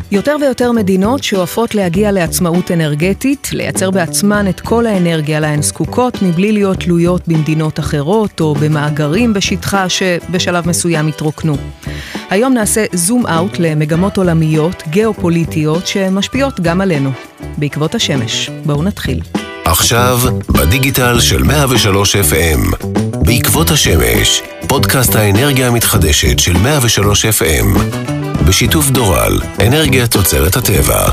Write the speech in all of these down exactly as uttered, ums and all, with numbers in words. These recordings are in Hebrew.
יותר ויותר מדינות שואפות להגיע לעצמאות אנרגטית, לייצר בעצמן את כל האנרגיה להן זקוקות, מבלי להיות תלויות במדינות אחרות או במאגרים בשטחה שבשלב מסוים התרוקנו. היום נעשה זום אאוט למגמות עולמיות, גיאופוליטיות, שמשפיעות גם עלינו. בעקבות השמש. בואו נתחיל. עכשיו, בדיגיטל של מאה ושלוש אף אם. בעקבות השמש, פודקאסט האנרגיה המתחדשת של מאה ושלוש אף אם. בשיתוף דורל, אנרגיה תוצרת הטבע.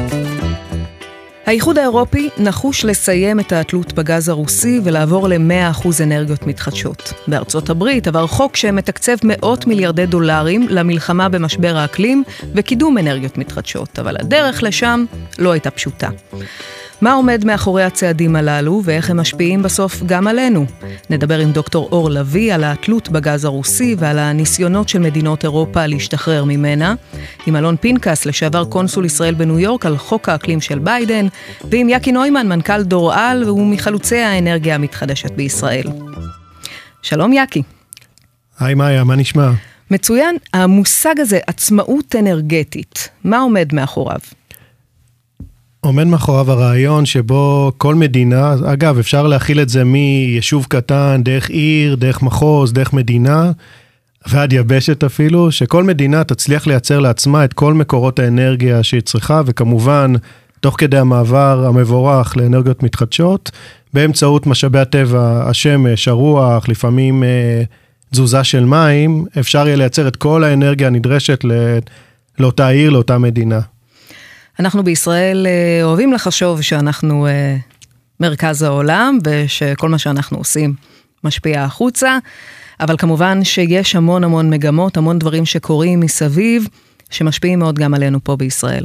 האיחוד האירופי נחוש לסיים את התלות בגז הרוסי ולעבור ל-מאה אחוז אנרגיות מתחדשות. בארצות הברית עבר חוק שמתקצב מאות מיליארדי דולרים למלחמה במשבר האקלים וקידום אנרגיות מתחדשות, אבל הדרך לשם לא הייתה פשוטה. מה עומד מאחורי הצעדים הללו ואיך הם משפיעים בסוף גם עלינו? נדבר עם דוקטור אור לוי על התלות בגז הרוסי ועל הניסיונות של מדינות אירופה להשתחרר ממנה, עם אלון פינקס, לשעבר קונסול ישראל בניו יורק, על חוק האקלים של ביידן, ועם יקי נוימן, מנכ"ל דורל, והוא מחלוצי האנרגיה המתחדשת בישראל. שלום יקי. היי מאיה, מה נשמע? מצוין, המושג הזה, עצמאות אנרגטית, מה עומד מאחוריו? עומד מאחוריו הרעיון שבו כל מדינה, אגב, אפשר להכיל את זה מיישוב קטן, דרך עיר, דרך מחוז, דרך מדינה, ועד יבשת אפילו, שכל מדינה תצליח לייצר לעצמה את כל מקורות האנרגיה שהיא צריכה, וכמובן, תוך כדי המעבר המבורך לאנרגיות מתחדשות, באמצעות משאבי הטבע, השמש, הרוח, לפעמים אה, תזוזה של מים, אפשר יהיה לייצר את כל האנרגיה הנדרשת לא, לאותה עיר, לאותה מדינה. אנחנו בישראל אוהבים לחשוב שאנחנו מרכז העולם, ושכל מה שאנחנו עושים משפיע החוצה, אבל כמובן שיש המון המון מגמות, המון דברים שקורים מסביב, שמשפיעים מאוד גם עלינו פה בישראל.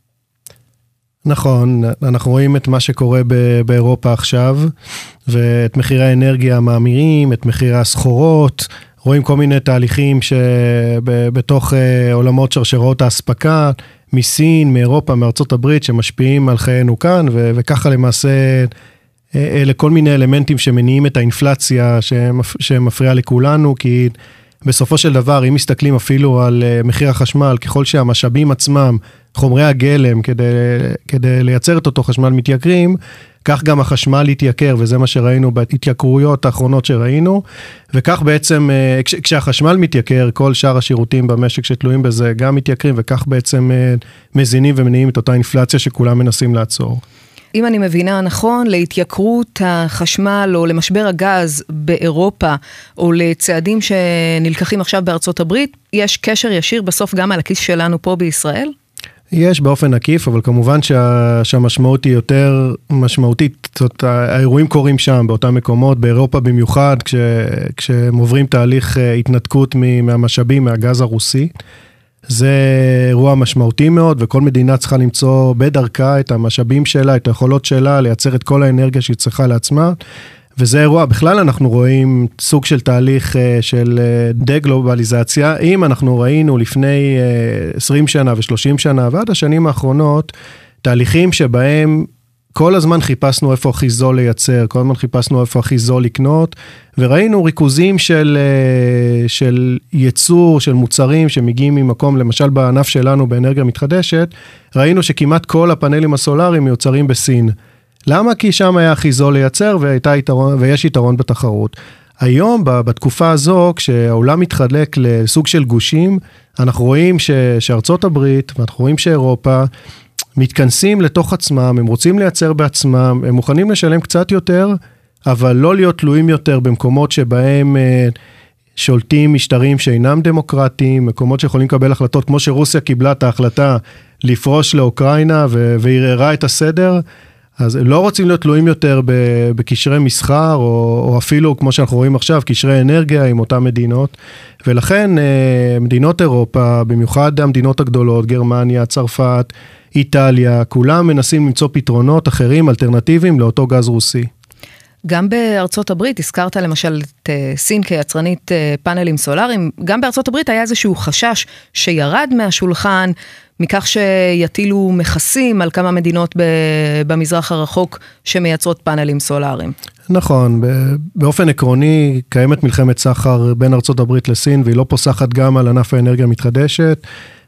נכון, אנחנו רואים את מה שקורה באירופה עכשיו, ואת מחירי האנרגיה המאמירים, את מחירי הסחורות, רואים כל מיני תהליכים שבתוך עולמות שרשרות ההספקה, מסין, מאירופה, מארצות הברית, שמשפיעים על חיינו כאן, ו- וככה למעשה, אלה כל מיני אלמנטים שמניעים את האינפלציה שמפריעה לכולנו, כי בסופו של דבר, אם מסתכלים אפילו על מחיר החשמל, ככל שהמשאבים עצמם, חומרי הגלם, כדי, כדי לייצר את אותו חשמל מתייקרים, כך גם החשמל יתייקר, וזה מה שראינו בהתייקרויות האחרונות שראינו, וכך בעצם, כש, כשהחשמל מתייקר, כל שאר השירותים במשק שתלויים בזה גם מתייקרים, וכך בעצם מזינים ומניעים את אותה אינפלציה שכולם מנסים לעצור. אם אני מבינה נכון, להתייקרות החשמל או למשבר הגז באירופה, או לצעדים שנלקחים עכשיו בארצות הברית, יש קשר ישיר בסוף גם על הכיס שלנו פה בישראל? יש באופן עקיף, אבל כמובן שה, שהמשמעות היא יותר משמעותית, זאת, האירועים קורים שם, באותם מקומות, באירופה במיוחד, כש, כשהם עוברים תהליך התנתקות מהמשאבים, מהגז הרוסי, זה אירוע משמעותי מאוד, וכל מדינה צריכה למצוא בדרכה את המשאבים שלה, את היכולות שלה, לייצר את כל האנרגיה שהיא צריכה לעצמה, וזה אירוע, בכלל אנחנו רואים סוג של תהליך של דה-גלובליזציה, אם אנחנו ראינו לפני עשרים שנה ו-שלושים שנה, ועד השנים האחרונות, תהליכים שבהם כל הזמן חיפשנו איפה הכי זול לייצר, כל הזמן חיפשנו איפה הכי זול לקנות, וראינו ריכוזים של, של ייצור, של מוצרים שמגיעים ממקום, למשל בענף שלנו באנרגיה מתחדשת, ראינו שכמעט כל הפאנלים הסולריים מיוצרים בסין. למה? כי שם היה הכי זול לייצר, והייתה יתרון, ויש יתרון בתחרות. היום, בתקופה הזו, כשהעולם מתחלק לסוג של גושים, אנחנו רואים ש, שארצות הברית, ואנחנו רואים שאירופה, מתכנסים לתוך עצמם, הם רוצים לייצר בעצמם, הם מוכנים לשלם קצת יותר, אבל לא להיות תלויים יותר במקומות שבהם שולטים משטרים שאינם דמוקרטיים, מקומות שיכולים לקבל החלטות, כמו שרוסיה קיבלה את ההחלטה לפרוש לאוקראינה, והראה את הסדר, אז הם לא רוצים להיות תלויים יותר בקשרי מסחר, או, או אפילו, כמו שאנחנו רואים עכשיו, קשרי אנרגיה עם אותן מדינות, ולכן מדינות אירופה, במיוחד המדינות הגדולות, גרמניה, צרפת, איטליה, כולם מנסים למצוא פתרונות אחרים, אלטרנטיביים לאותו גז רוסי. גם בארצות הברית, הזכרת למשל את סין כיצרנית פאנלים סולאריים, גם בארצות הברית היה איזשהו חשש שירד מהשולחן, מכך שיטילו מכסים על כמה מדינות במזרח הרחוק שמייצרות פאנלים סולאריים. נכון, באופן עקרוני קיימת מלחמת סחר בין ארצות הברית לסין, והיא לא פוסחת גם על ענף האנרגיה המתחדשת,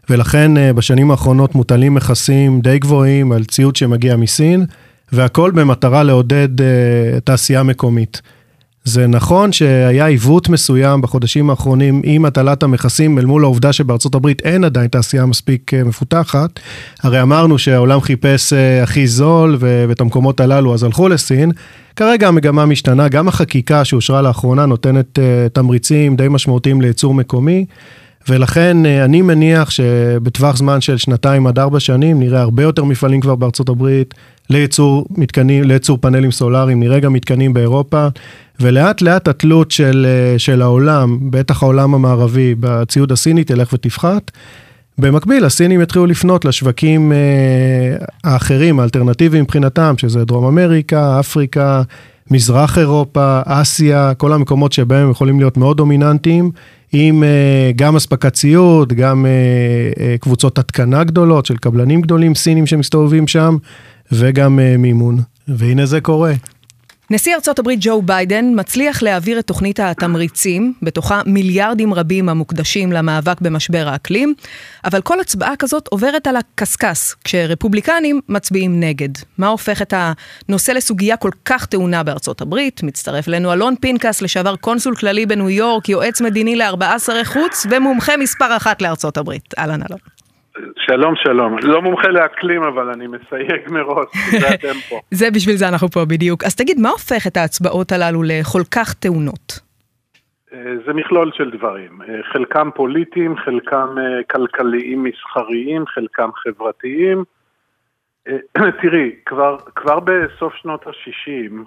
ולכן בשנים האחרונות מוטלים מכסים די גבוהים על ציוד שמגיע מסין, והכל במטרה לעודד תעשייה מקומית. זה נכון שהיה עיוות מסוים בחודשים האחרונים עם הטלת המכסים אל מול העובדה שבארצות הברית אין עדיין תעשייה מספיק מפותחת. הרי אמרנו שהעולם חיפש הכי זול ואת המקומות הללו אז הלכו לסין. כרגע המגמה משתנה, גם החקיקה שאושרה לאחרונה נותנת תמריצים די משמעותיים לייצור מקומי, ולכן אני מניח שבטווח זמן של שנתיים עד ארבע שנים נראה הרבה יותר מפעלים כבר בארצות הברית לייצור מתקנים, לייצור פאנלים סולאריים, נראה גם מתקנים באירופה, ולאט לאט התלות של, של העולם, בטח העולם המערבי, בציוד הסיני תלך ותפחת. במקביל, הסינים יתחילו לפנות לשווקים אה, האחרים, האלטרנטיביים מבחינתם, שזה דרום אמריקה, אפריקה, מזרח אירופה, אסיה, כל המקומות שבהם יכולים להיות מאוד דומיננטיים, עם אה, גם הספקת ציוד, גם אה, אה, קבוצות התקנה גדולות של קבלנים גדולים סינים שמסתובבים שם, וגם אה, מימון. והנה זה קורה. נשיא ארצות הברית ג'ו ביידן מצליח להעביר את תוכנית התמריצים, בתוכה מיליארדים רבים המוקדשים למאבק במשבר האקלים, אבל כל הצבעה כזאת עוברת על הקסקס, כשרפובליקנים מצביעים נגד. מה הופך את הנושא לסוגיה כל כך טעונה בארצות הברית? מצטרף לנו אלון פינקס, לשעבר קונסול כללי בניו יורק, יועץ מדיני לארבעה שרי חוץ, ומומחה מספר אחת לארצות הברית. אהלן אלון. שלום, שלום. לא מומחה לאקלים, אבל אני מסייג מראש, זה אתם פה. זה בשביל זה אנחנו פה בדיוק. אז תגיד, מה הופך את ההצבעות הללו לכל כך טעונות? זה מכלול של דברים. חלקם פוליטיים, חלקם כלכליים מסחריים, חלקם חברתיים. תראי, כבר, כבר בסוף שנות ה-שישים,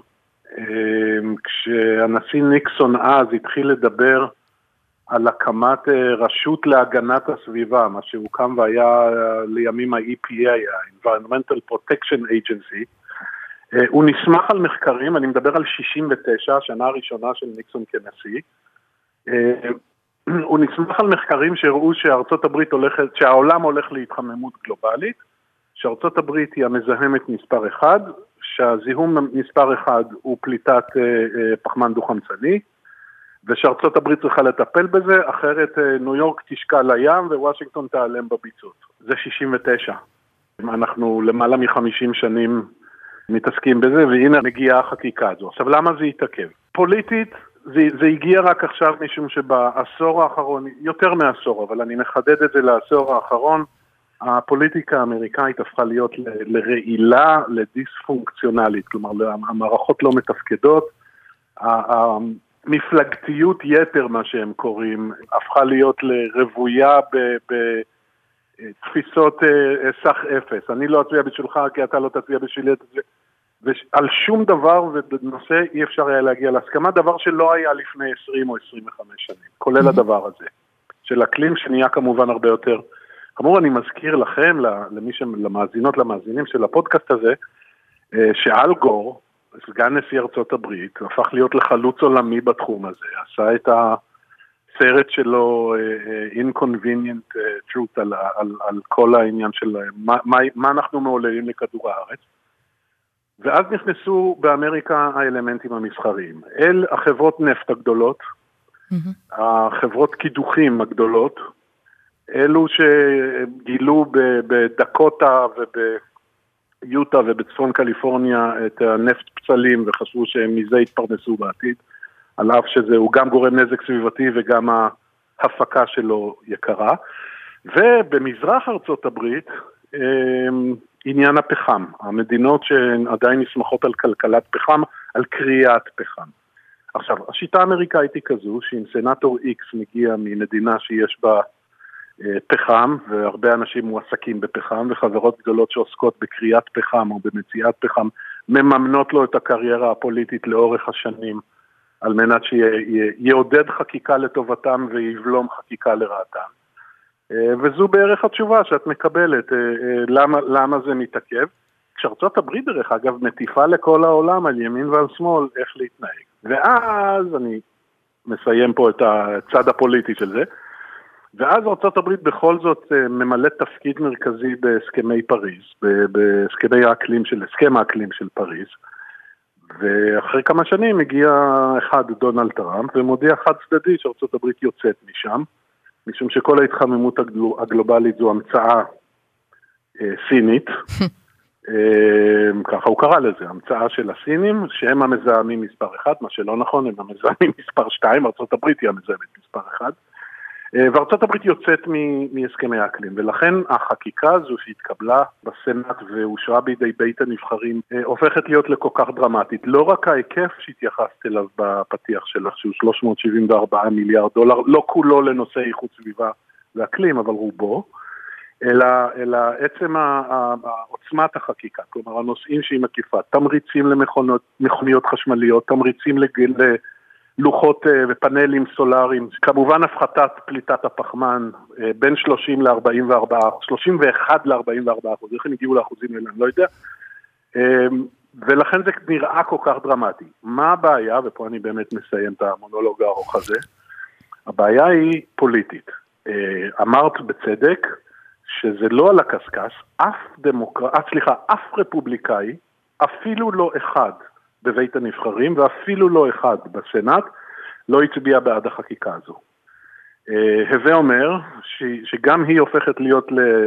כשהנשיא ניקסון אז התחיל לדבר על הקמת רשות להגנת הסביבה, מה שהוקם והיה לימים ה-E P A, ה-Environmental Protection Agency, הוא נסמך על מחקרים, אני מדבר על שישים ותשע, השנה הראשונה של ניקסון כנשיא, הוא נסמך על מחקרים שהראו שארצות הברית הולכת, שהעולם הולך להתחממות גלובלית, שארצות הברית היא המזהמת מספר אחד, שהזיהום מספר אחד הוא פליטת פחמן דו-חמצני, ושארצות הברית צריכה לטפל בזה, אחרת ניו יורק תשקע לים ווושינגטון תיעלם בביצות. זה שישים ותשע. אנחנו למעלה מ-חמישים שנים מתעסקים בזה, והנה מגיעה החקיקה הזו. עכשיו, למה זה יתעכב? פוליטית, זה, זה הגיע רק עכשיו משום שבעשור האחרון, יותר מעשור, אבל אני מחדד את זה לעשור האחרון, הפוליטיקה האמריקאית הפכה להיות ל- לרעילה, לדיספונקציונלית, כלומר, המערכות לא מתפקדות, מפלגתיות יתר, מה שהם קוראים, הפכה להיות לרבויה בתפיסות סך אפס. אני לא אצביע בשבילך, כי אתה לא תצביע בשבילי. ועל שום דבר ובנושא אי אפשר היה להגיע להסכמה, דבר שלא היה לפני עשרים או עשרים וחמש שנים, כולל הדבר הזה. של אקלים שנהיה כמובן הרבה יותר. כמובן אני מזכיר לכם, למי למאזינות, למאזינים של הפודקאסט הזה, שאל גור, סגן נשיא ארצות הברית, הפך להיות לחלוץ עולמי בתחום הזה, עשה את הסרט שלו, uh, Inconvenient uh, Truth, על, על, על כל העניין של מה, מה, מה אנחנו מעוללים לכדור הארץ, ואז נכנסו באמריקה האלמנטים המסחריים, אל החברות נפט הגדולות, mm-hmm. החברות קידוחים הגדולות, אלו שגילו בדקוטה וב... יוטה ובצפון קליפורניה את הנפט פצלים וחשבו שהם מזה יתפרנסו בעתיד, על אף שזה הוא גם גורם נזק סביבתי וגם ההפקה שלו יקרה. ובמזרח ארצות הברית עניין הפחם, המדינות שעדיין נסמכות על כלכלת פחם, על קריאת פחם. עכשיו, השיטה האמריקאית היא כזו שאם סנטור איקס מגיע ממדינה שיש בה פחם, והרבה אנשים מועסקים בפחם, וחברות גדולות שעוסקות בקריאת פחם או במציאת פחם, מממנות לו את הקריירה הפוליטית לאורך השנים, על מנת שיעודד חקיקה לטובתם ויבלום חקיקה לרעתם. וזו בערך התשובה שאת מקבלת, למה, למה זה מתעכב. כשארצות הברית דרך אגב מטיפה לכל העולם על ימין ועל שמאל איך להתנהג. ואז אני מסיים פה את הצד הפוליטי של זה, ואז ארצות הברית בכל זאת ממלאת תפקיד מרכזי בהסכמי פריז, בהסכמי האקלים של, הסכם האקלים של פריז, ואחרי כמה שנים הגיע אחד דונלד טראמפ, ומודיע חד צדדי שארצות הברית יוצאת משם, משום שכל ההתחממות הגלובלית זו המצאה סינית, ככה הוא קרא לזה, המצאה של הסינים, שהם המזהמים מספר אחד, מה שלא נכון, הם המזהמים מספר שתיים, ארצות הברית היא המזהמת מספר אחד, וארצות הברית יוצאת מהסכמי האקלים, ולכן החקיקה הזו שהתקבלה בסנאט ואושרה בידי בית הנבחרים, הופכת להיות לכל כך דרמטית. לא רק ההיקף שהתייחסת אליו בפתיח שלך, שהוא שלוש מאות שבעים וארבעה מיליארד דולר, לא כולו לנושא איכות סביבה ואקלים, אבל רובו, אלא, אלא עצם עוצמת החקיקה, כלומר הנושאים שהיא מקיפה, תמריצים למכוניות חשמליות, תמריצים לגיל, לוחות ופאנלים סולאריים, כמובן הפחתת פליטת הפחמן בין שלושים ל-ארבעים וארבעה, שלושים ואחד ל-ארבעים וארבעה אחוז, איך הם הגיעו לאחוזים האלה, אני לא יודע, ולכן זה נראה כל כך דרמטי. מה הבעיה, ופה אני באמת מסיים את המונולוג הארוך הזה, הבעיה היא פוליטית. אמרת בצדק, שזה לא על הקסקס, אף דמוקרט, סליחה, אף רפובליקאי, אפילו לא אחד בבית הנבחרים, ואפילו לא אחד בסנאט, לא הצביע בעד החקיקה הזו. הווה אומר ש, שגם היא הופכת להיות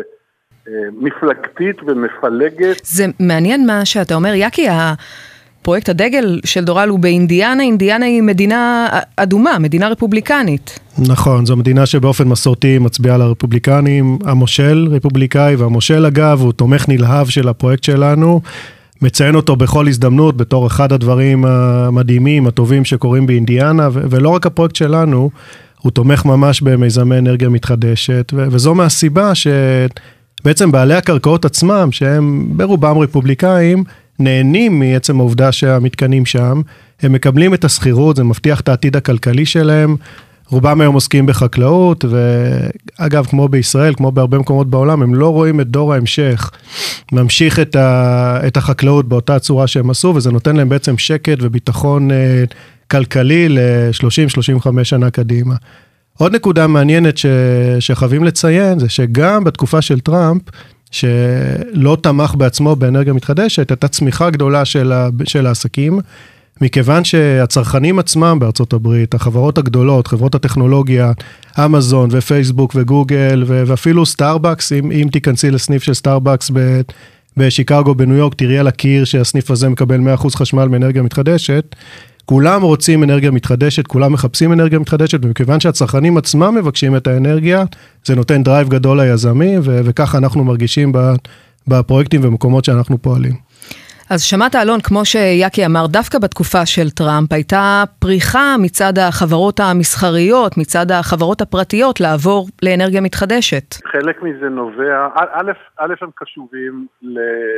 למפלגתית ומפלגת. זה מעניין מה שאתה אומר, יקי, הפרויקט הדגל של דורל הוא באינדיאנה, אינדיאנה היא מדינה אדומה, מדינה רפובליקנית. נכון, זו מדינה שבאופן מסורתי מצביעה לרפובליקנים, המושל רפובליקאי, והמושל אגב הוא תומך נלהב של הפרויקט שלנו, מציין אותו בכל הזדמנות בתור אחד הדברים המדהימים, הטובים שקורים באינדיאנה, ו- ולא רק הפרויקט שלנו, הוא תומך ממש במיזמי אנרגיה מתחדשת, ו- וזו מהסיבה שבעצם בעלי הקרקעות עצמם, שהם ברובם רפובליקאים, נהנים מעצם העובדה שהמתקנים שם, הם מקבלים את הסחירות, זה מבטיח את העתיד הכלכלי שלהם, רובם היום עוסקים בחקלאות, ואגב, כמו בישראל, כמו בהרבה מקומות בעולם, הם לא רואים את דור ההמשך, ממשיך את, ה, את החקלאות באותה צורה שהם עשו, וזה נותן להם בעצם שקט וביטחון אה, כלכלי ל-שלושים שלושים וחמש שנה קדימה. עוד נקודה מעניינת ש, שחייבים לציין, זה שגם בתקופה של טראמפ, שלא תמך בעצמו באנרגיה מתחדשת, הייתה צמיחה גדולה של, ה, של העסקים, מכיוון שהצרכנים עצמם בארצות הברית, החברות הגדולות, חברות הטכנולוגיה, אמזון ופייסבוק וגוגל, ואפילו סטארבקס, אם, אם תיכנסי לסניף של סטארבקס בשיקגו, בניו יורק, תראי על הקיר שהסניף הזה מקבל מאה אחוז חשמל מאנרגיה מתחדשת, כולם רוצים אנרגיה מתחדשת, כולם מחפשים אנרגיה מתחדשת, ומכיוון שהצרכנים עצמם מבקשים את האנרגיה, זה נותן דרייב גדול ליזמים, וככה אנחנו מרגישים בפרויקטים ומקומות שאנחנו פועלים. אז שמעת אלון, כמו שיקי אמר, דווקא בתקופה של טראמפ, הייתה פריחה מצד החברות המסחריות, מצד החברות הפרטיות, לעבור לאנרגיה מתחדשת. חלק מזה נובע, א', א' הם קשובים ל,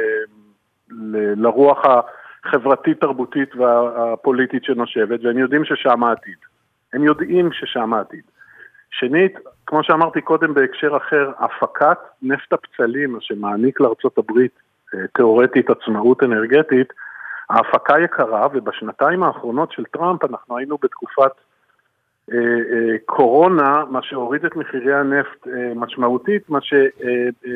ל, לרוח החברתית, והפוליטית שנושבת, והם יודעים ששם העתיד. הם יודעים ששם העתיד. שנית, כמו שאמרתי קודם בהקשר אחר, הפקת נפט הפצלים, שמעניק לארצות הברית, תיאורטית עצמאות אנרגטית, ההפקה יקרה, ובשנתיים האחרונות של טראמפ אנחנו היינו בתקופת אה, אה, קורונה, מה שהוריד את מחירי הנפט אה, משמעותית, מה שהפך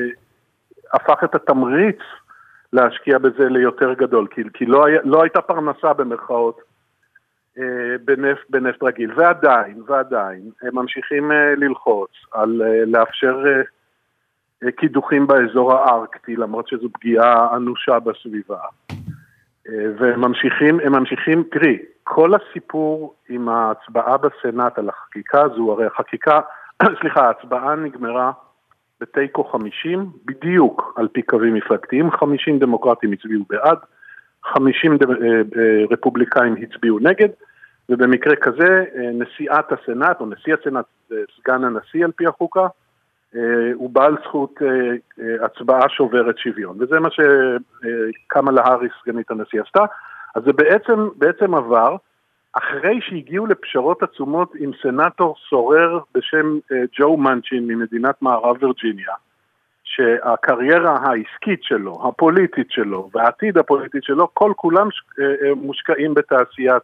אה, את התמריץ להשקיע בזה ליותר גדול, כי, כי לא, היה, לא הייתה פרנסה במרכאות אה, בנפט, בנפט רגיל, ועדיין, ועדיין, הם ממשיכים אה, ללחוץ על אה, לאפשר אה, קידוחים באזור הארקטי, למרות שזו פגיעה אנושה בסביבה. והם ממשיכים, הם ממשיכים, תראי, כל הסיפור עם ההצבעה בסנאט על החקיקה הזו, הרי החקיקה, סליחה, ההצבעה נגמרה בתיקו חמישים, בדיוק על פי קווים מפלגתיים, חמישים דמוקרטים הצביעו בעד, חמישים רפובליקאים הצביעו נגד, ובמקרה כזה נשיאת הסנאט, או נשיא הסנאט, סגן הנשיא על פי החוקה, הוא בעל זכות הצבעה שוברת שוויון, וזה מה שקמאלה האריס סגנית הנשיא עשתה. אז זה בעצם, בעצם עבר, אחרי שהגיעו לפשרות עצומות עם סנאטור סורר בשם ג'ו מנצ'ין ממדינת מערב וירג'יניה, שהקריירה העסקית שלו, הפוליטית שלו, והעתיד הפוליטית שלו, כל כולם מושקעים בתעשיית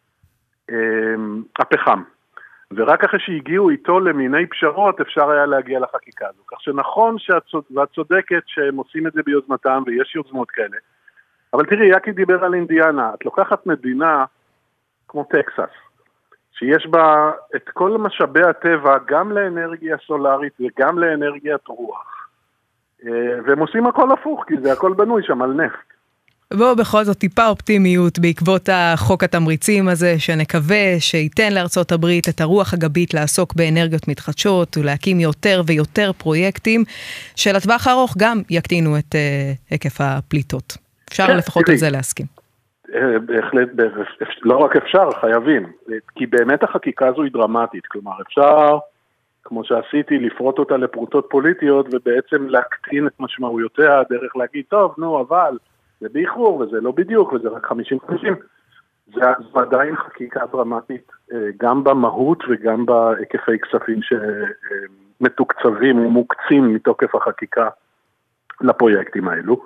הפחם. ורק אחרי שהגיעו איתו למיני פשרות, אפשר היה להגיע לחקיקה הזו. כך שנכון ואת צודקת שהם עושים את זה ביוזמתם, ויש יוזמות כאלה. אבל תראי, יקי דיבר על אינדיאנה, את לוקחת מדינה כמו טקסס, שיש בה את כל משאבי הטבע, גם לאנרגיה סולארית וגם לאנרגיית רוח. והם עושים הכל הפוך, כי זה הכל בנוי שם על נפט. בואו בכל זאת טיפה אופטימיות בעקבות החוק התמריצים הזה, שנקווה שייתן לארצות הברית את הרוח הגבית לעסוק באנרגיות מתחדשות, ולהקים יותר ויותר פרויקטים, שלטווח הארוך גם יקטינו את uh, היקף הפליטות. אפשר כן, לפחות תראי. על זה להסכים. בהחלט, לא רק אפשר, חייבים. כי באמת החקיקה הזו היא דרמטית. כלומר, אפשר, כמו שעשיתי, לפרוט אותה לפרוטות פוליטיות, ובעצם להקטין את משמעויותיה, דרך להגיד, טוב, נו, אבל... זה באיחור, וזה לא בדיוק, וזה רק חמישים חמישים. זה עדיין חקיקה דרמטית, גם במהות וגם בהיקפי כספים שמתוקצבים ומוקצים מתוקף החקיקה לפרויקטים האלו.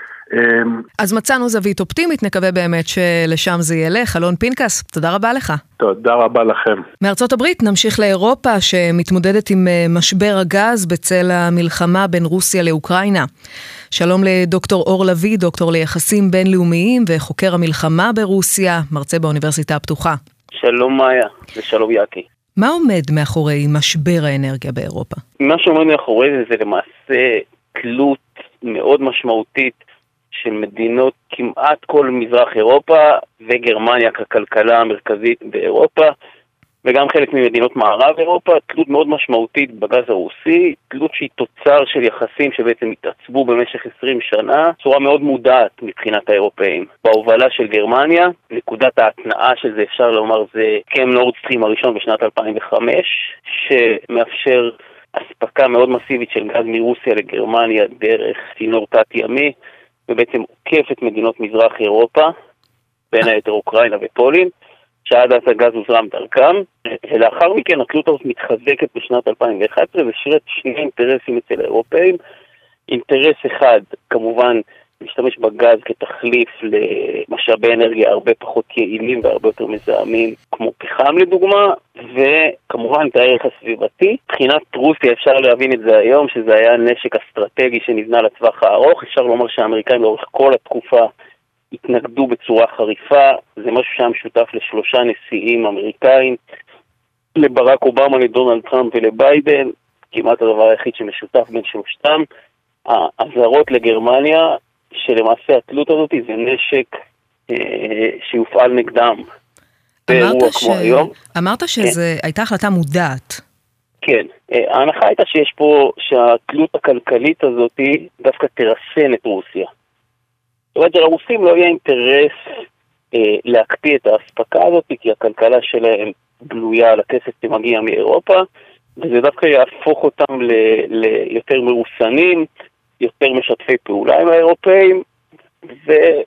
אז מצאנו זווית אופטימית, נקווה באמת שלשם זה ילך. אלון פינקס, תודה רבה לך. תודה רבה לכם. מארצות הברית נמשיך לאירופה שמתמודדת עם משבר הגז בצל המלחמה בין רוסיה לאוקראינה. שלום לדוקטור אור לוי, דוקטור ליחסים בינלאומיים וחוקר המלחמה ברוסיה, מרצה באוניברסיטה הפתוחה. שלום מאיה ושלום יאקי. מה עומד מאחורי משבר האנרגיה באירופה? מה שעומד מאחורי זה זה למעשה תלות מאוד משמעותית של מדינות כמעט כל מזרח אירופה וגרמניה ככלכלה המרכזית באירופה, וגם חלק ממדינות מערב אירופה, תלות מאוד משמעותית בגז הרוסי, תלות שהיא תוצר של יחסים שבעצם התעצבו במשך עשרים שנה, צורה מאוד מודעת מבחינת האירופאים. בהובלה של גרמניה, נקודת ההתנאה של זה אפשר לומר זה הסכם נורד סטרים הראשון בשנת אלפיים וחמש, שמאפשר אספקה מאוד מסיבית של גז מרוסיה לגרמניה דרך צינור תת-ימי, ובעצם עוקף את מדינות מזרח אירופה, בין היתר אוקראינה ופולין, שעד אז הגז הוזרם דרכם, ולאחר מכן התלות הזאת מתחזקת בשנת אלפיים ואחת עשרה, ושירת שני אינטרסים אצל האירופאים. אינטרס אחד, כמובן, להשתמש בגז כתחליף למשאבי אנרגיה הרבה פחות יעילים והרבה יותר מזהמים, כמו פחם לדוגמה, וכמובן את הערך הסביבתי. מבחינת רוסיה אפשר להבין את זה היום, שזה היה נשק אסטרטגי שנבנה לטווח הארוך. אפשר לומר שהאמריקאים לאורך כל התקופה התנגדו בצורה חריפה, זה משהו שהיה משותף לשלושה נשיאים אמריקאים, לברק אובמה, לדונלד טראמפ ולביידן, כמעט הדבר היחיד שמשותף בין שלושתם. האזהרות לגרמניה, שלמעשה התלות הזאת זה נשק אה, שיופעל נגדם. אמרת, ש... אמרת שזו כן. הייתה החלטה מודעת. כן, ההנחה הייתה שיש פה, שהתלות הכלכלית הזאת דווקא תרסן את רוסיה. זאת אומרת שלרוסים לא יהיה אינטרס אה, להקפיא את ההספקה הזאת, כי הכלכלה שלהם בנויה על הכסף שמגיע מאירופה, וזה דווקא יהפוך אותם ל- ליותר מרוסנים, יותר משתפי פעולה עם האירופאים, והתזה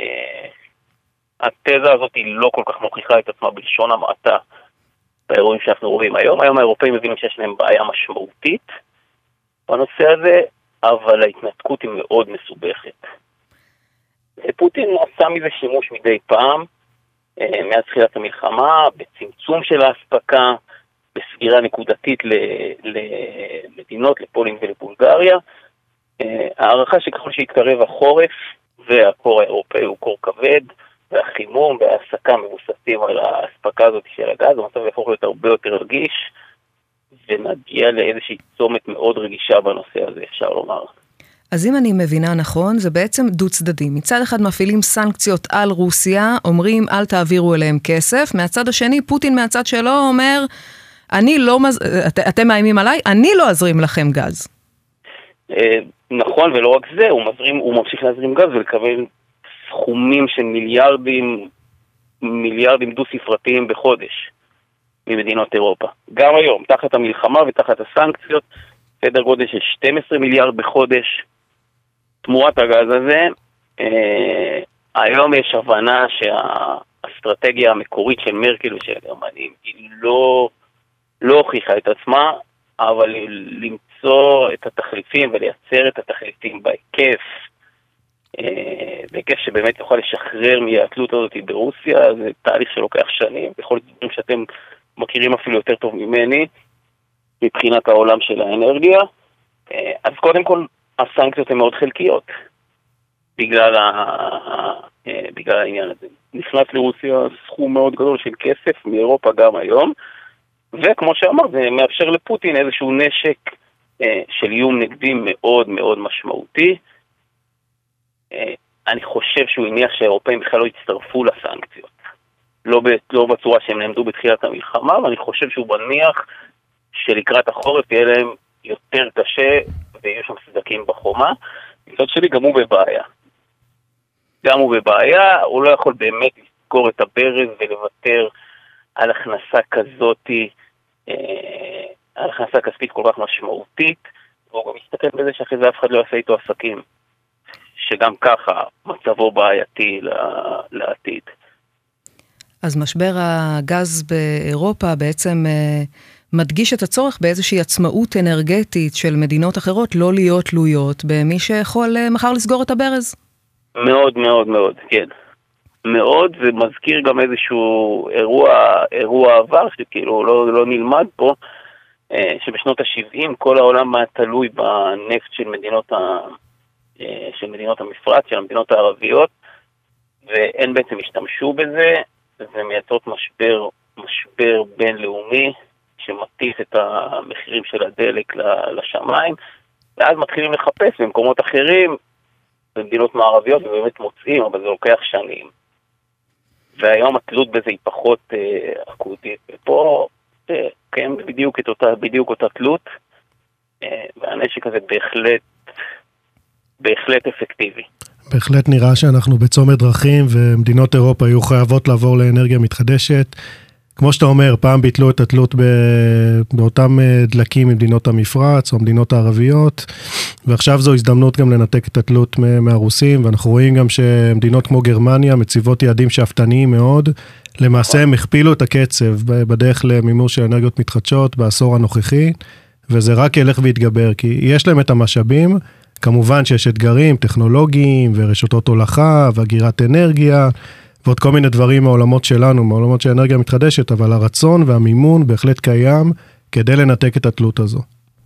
אה, הזאת היא לא כל כך מוכיחה את עצמה בלשון המעטה באירועים שאנחנו רואים היום. היום האירופאים מבינים שיש להם בעיה משמעותית בנושא הזה, אבל ההתנתקות היא מאוד מסובכת. פוטין עשה מזה שימוש מדי פעם, מאז תחילת המלחמה, בצמצום של ההספקה, בסגירה נקודתית למדינות, לפולין ולבולגריה. הערכה שככל שהתקרב החורף, והקור האירופאי הוא קור כבד, והחימום וההסקה מבוססים על ההספקה הזאת של הגז, המצב יהפוך להיות הרבה יותר רגיש, ונגיע לאיזושהי צומת מאוד רגישה בנושא הזה, אפשר לומר. אז אם אני מבינה נכון, זה בעצם דו צדדי. מצד אחד מפעילים סנקציות על רוסיה, אומרים אל תעבירו אליהם כסף, מהצד השני פוטין מהצד שלו אומר, אני לא, מז... את, אתם מאיימים עליי, אני לא אזרים לכם גז. נכון, ולא רק זה, הוא, מזרים, הוא ממשיך להזרים גז ולקבל סכומים של מיליארדים, מיליארדים דו ספרתיים בחודש ממדינות אירופה. גם היום, תחת המלחמה ותחת הסנקציות, סדר גודל של שנים עשר מיליארד בחודש, תמורת הגז הזה. אה, היום יש הבנה שהאסטרטגיה המקורית של מרקל ושל הגרמנים היא לא, לא הוכיחה את עצמה, אבל למצוא את התחליפים ולייצר את התחליפים בהיקף, אה, בהיקף שבאמת יוכל לשחרר מהתלות הזאת ברוסיה, זה תהליך שלוקח שנים, בכל דברים שאתם מכירים אפילו יותר טוב ממני, מבחינת העולם של האנרגיה. אז קודם כל, הסנקציות הן מאוד חלקיות, בגלל, ה... בגלל העניין הזה. נכנס לרוסיה סכום מאוד גדול של כסף מאירופה גם היום, וכמו שאמר, זה מאפשר לפוטין איזשהו נשק אה, של איום נגדי מאוד מאוד משמעותי. אה, אני חושב שהוא הניח שהאירופאים בכלל לא יצטרפו לסנקציות. לא, ב, לא בצורה שהם נעמדו בתחילת המלחמה, ואני חושב שהוא מניח שלקראת החורף יהיה להם יותר קשה, ויהיו שם סדקים בחומה. מצד שלי גם הוא בבעיה. גם הוא בבעיה, הוא לא יכול באמת לזכור את הברז ולוותר על הכנסה כזאת, אה, על הכנסה כספית כל כך משמעותית, והוא גם מסתכל בזה שאחרי זה אף אחד לא יעשה איתו עסקים, שגם ככה מצבו בעייתי לעתיד. אז משבר הגז באירופה בעצם אה, מדגיש את הצורך באיזושהי עצמאות אנרגטית של מדינות אחרות, לא להיות תלויות במי שיכול אה, מחר לסגור את הברז. מאוד מאוד מאוד, כן. מאוד, זה מזכיר גם איזשהו אירוע, אירוע עבר, שכאילו לא, לא נלמד פה, אה, שבשנות ה-שבעים כל העולם היה תלוי בנפט של מדינות, ה, אה, של מדינות המפרץ, של המדינות הערביות, והן בעצם השתמשו בזה, ומייצרות משבר, משבר בינלאומי, שמטיס את המחירים של הדלק לשמיים, ואז מתחילים לחפש במקומות אחרים, במדינות מערביות, ובאמת מוצאים, אבל זה לוקח שנים. והיום התלות בזה היא פחות אה, אקוטית, ופה אה, קיים בדיוק, אותה, בדיוק אותה תלות, אה, והנשק הזה בהחלט, בהחלט אפקטיבי. בהחלט נראה שאנחנו בצומת דרכים, ומדינות אירופה היו חייבות לעבור לאנרגיה מתחדשת. כמו שאתה אומר, פעם ביטלו את התלות באותם דלקים ממדינות המפרץ, או המדינות הערביות, ועכשיו זו הזדמנות גם לנתק את התלות מהרוסים, ואנחנו רואים גם שמדינות כמו גרמניה מציבות יעדים שאפתניים מאוד, למעשה הם הכפילו את הקצב בדרך למימוש של אנרגיות מתחדשות בעשור הנוכחי, וזה רק ילך ויתגבר, כי יש להם את המשאבים, כמובן שיש אתגרים טכנולוגיים ורשתות הולכה ואגירת אנרגיה, ועוד כל מיני דברים מהעולמות שלנו, מהעולמות של אנרגיה מתחדשת, אבל הרצון והמימון בהחלט קיים כדי לנתק את התלות הזו.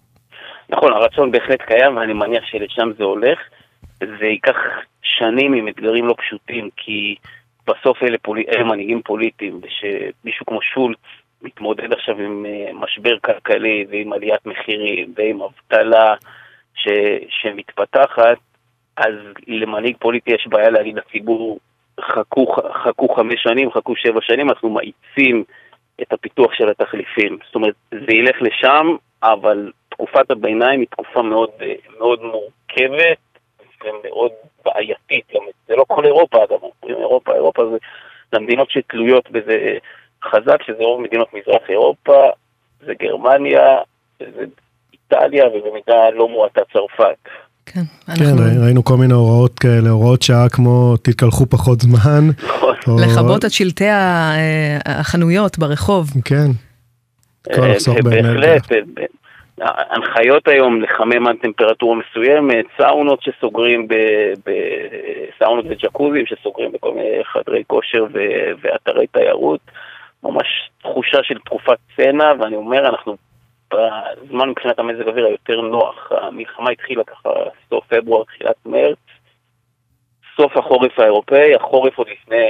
נכון, הרצון בהחלט קיים, ואני מניח שלשם זה הולך. זה ייקח שנים עם אתגרים לא פשוטים, כי בסוף אלה, פולי, אלה מנהיגים פוליטיים, ושמישהו כמו שולץ מתמודד עכשיו עם משבר כלכלי, ועם עליית מחירים, ועם אבטלה ש, שמתפתחת, אז למנהיג פוליטי יש בעיה להגיד לציבור, חכו, חכו חמש שנים, חכו שבע שנים, אנחנו מאיצים את הפיתוח של התחליפים. זאת אומרת, זה ילך לשם, אבל תקופת הביניים היא תקופה מאוד, מאוד מורכבת ומאוד בעייתית. זה לא כל אירופה, אגב, אירופה, אירופה זה למדינות שתלויות בזה חזק, שזה רוב מדינות מזרח אירופה, זה גרמניה, זה איטליה, ובמידה לא מועטה צרפת. כן, אנחנו... כן, ראינו כל מיני הוראות כאלה, הוראות שעה כמו תתקלחו פחות זמן. או... לחבות את שלטי החנויות ברחוב. כן, כל לחסוך באנרגיה. בהחלט, הנחיות היום לחמם עד טמפרטורה מסוימת, סאונות שסוגרים, ב... ב... סאונות וג'קוזים שסוגרים בכל מיני חדרי כושר ו... ואתרי תיירות, ממש תחושה של תקופת צנע, ואני אומר, אנחנו בזמן מבחינת המזג האוויר היותר נוח. המלחמה התחילה ככה סוף פברואר, תחילת מרץ, סוף החורף האירופאי, החורף עוד לפני,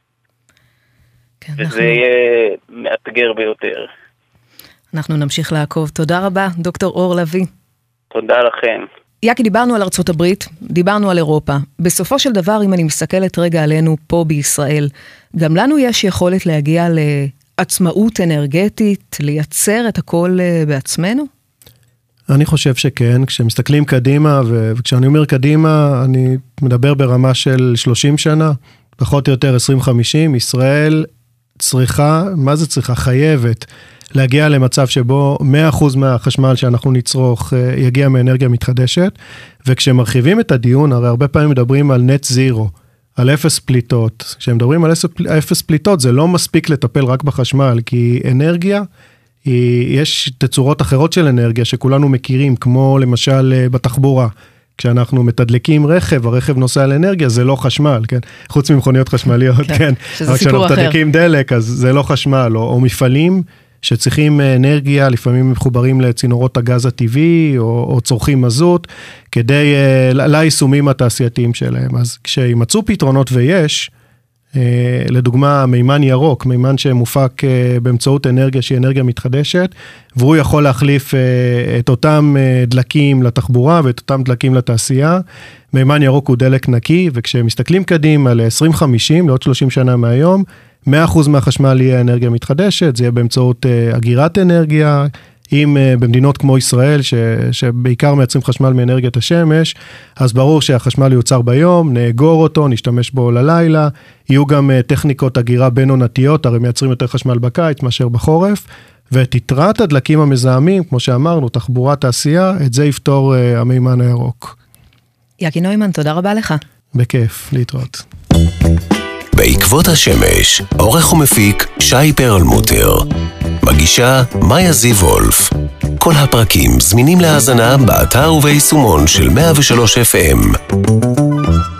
כן, וזה אנחנו... יהיה מאתגר ביותר. אנחנו נמשיך לעקוב. תודה רבה, דוקטור אור לוי. תודה לכם. יקי, דיברנו על ארצות הברית, דיברנו על אירופה. בסופו של דבר, אם אני מסתכלת רגע עלינו פה בישראל, גם לנו יש יכולת להגיע ל... עצמאות אנרגטית, לייצר את הכל בעצמנו? אני חושב שכן, כשמסתכלים קדימה, וכשאני אומר קדימה, אני מדבר ברמה של שלושים שנה, פחות או יותר עשרים חמישים, ישראל צריכה, מה זה צריכה? חייבת להגיע למצב שבו מאה אחוז מהחשמל שאנחנו נצרוך יגיע מאנרגיה מתחדשת, וכשמרחיבים את הדיון, הרי הרבה פעמים מדברים על נט זירו, על אפס פליטות. כשמדברים על אפס פליטות, זה לא מספיק לטפל רק בחשמל, כי אנרגיה, היא, יש תצורות אחרות של אנרגיה שכולנו מכירים, כמו למשל בתחבורה. כשאנחנו מתדלקים רכב, הרכב נוסע על אנרגיה, זה לא חשמל, כן? חוץ ממכוניות חשמליות, כן. כן. שזה סיפור אחר. כשאנחנו מתדלקים דלק, אז זה לא חשמל, או, או מפעלים שצריכים אנרגיה, לפעמים מחוברים לצינורות הגז הטבעי, או, או צורכים מזוט, כדי, ליישומים התעשייתיים שלהם. אז כשימצאו פתרונות ויש, לדוגמה, מימן ירוק, מימן שמופק באמצעות אנרגיה שהיא אנרגיה מתחדשת, והוא יכול להחליף את אותם דלקים לתחבורה ואת אותם דלקים לתעשייה. מימן ירוק הוא דלק נקי, וכשמסתכלים קדימה ל-עשרים חמישים, לעוד שלושים שנה מהיום, מאה אחוז מהחשמל יהיה אנרגיה מתחדשת, זה יהיה באמצעות אגירת אנרגיה, אם במדינות כמו ישראל, ש, שבעיקר מייצרים חשמל מאנרגיית השמש, אז ברור שהחשמל יוצר ביום, נאגור אותו, נשתמש בו ללילה, יהיו גם טכניקות אגירה בין עונתיות, הרי מייצרים יותר חשמל בקיץ מאשר בחורף, ואת יתרת הדלקים המזהמים, כמו שאמרנו, תחבורה, תעשייה, את זה יפתור המימן הירוק. יקי נוימן, תודה רבה לך. בכיף, להתראות. בעקבות השמש, עורך ומפיק שי פרלמוטר. מגישה מאיה זיו וולף. כל הפרקים זמינים להאזנה באתר וביישומון של מאה ושלוש אף אם.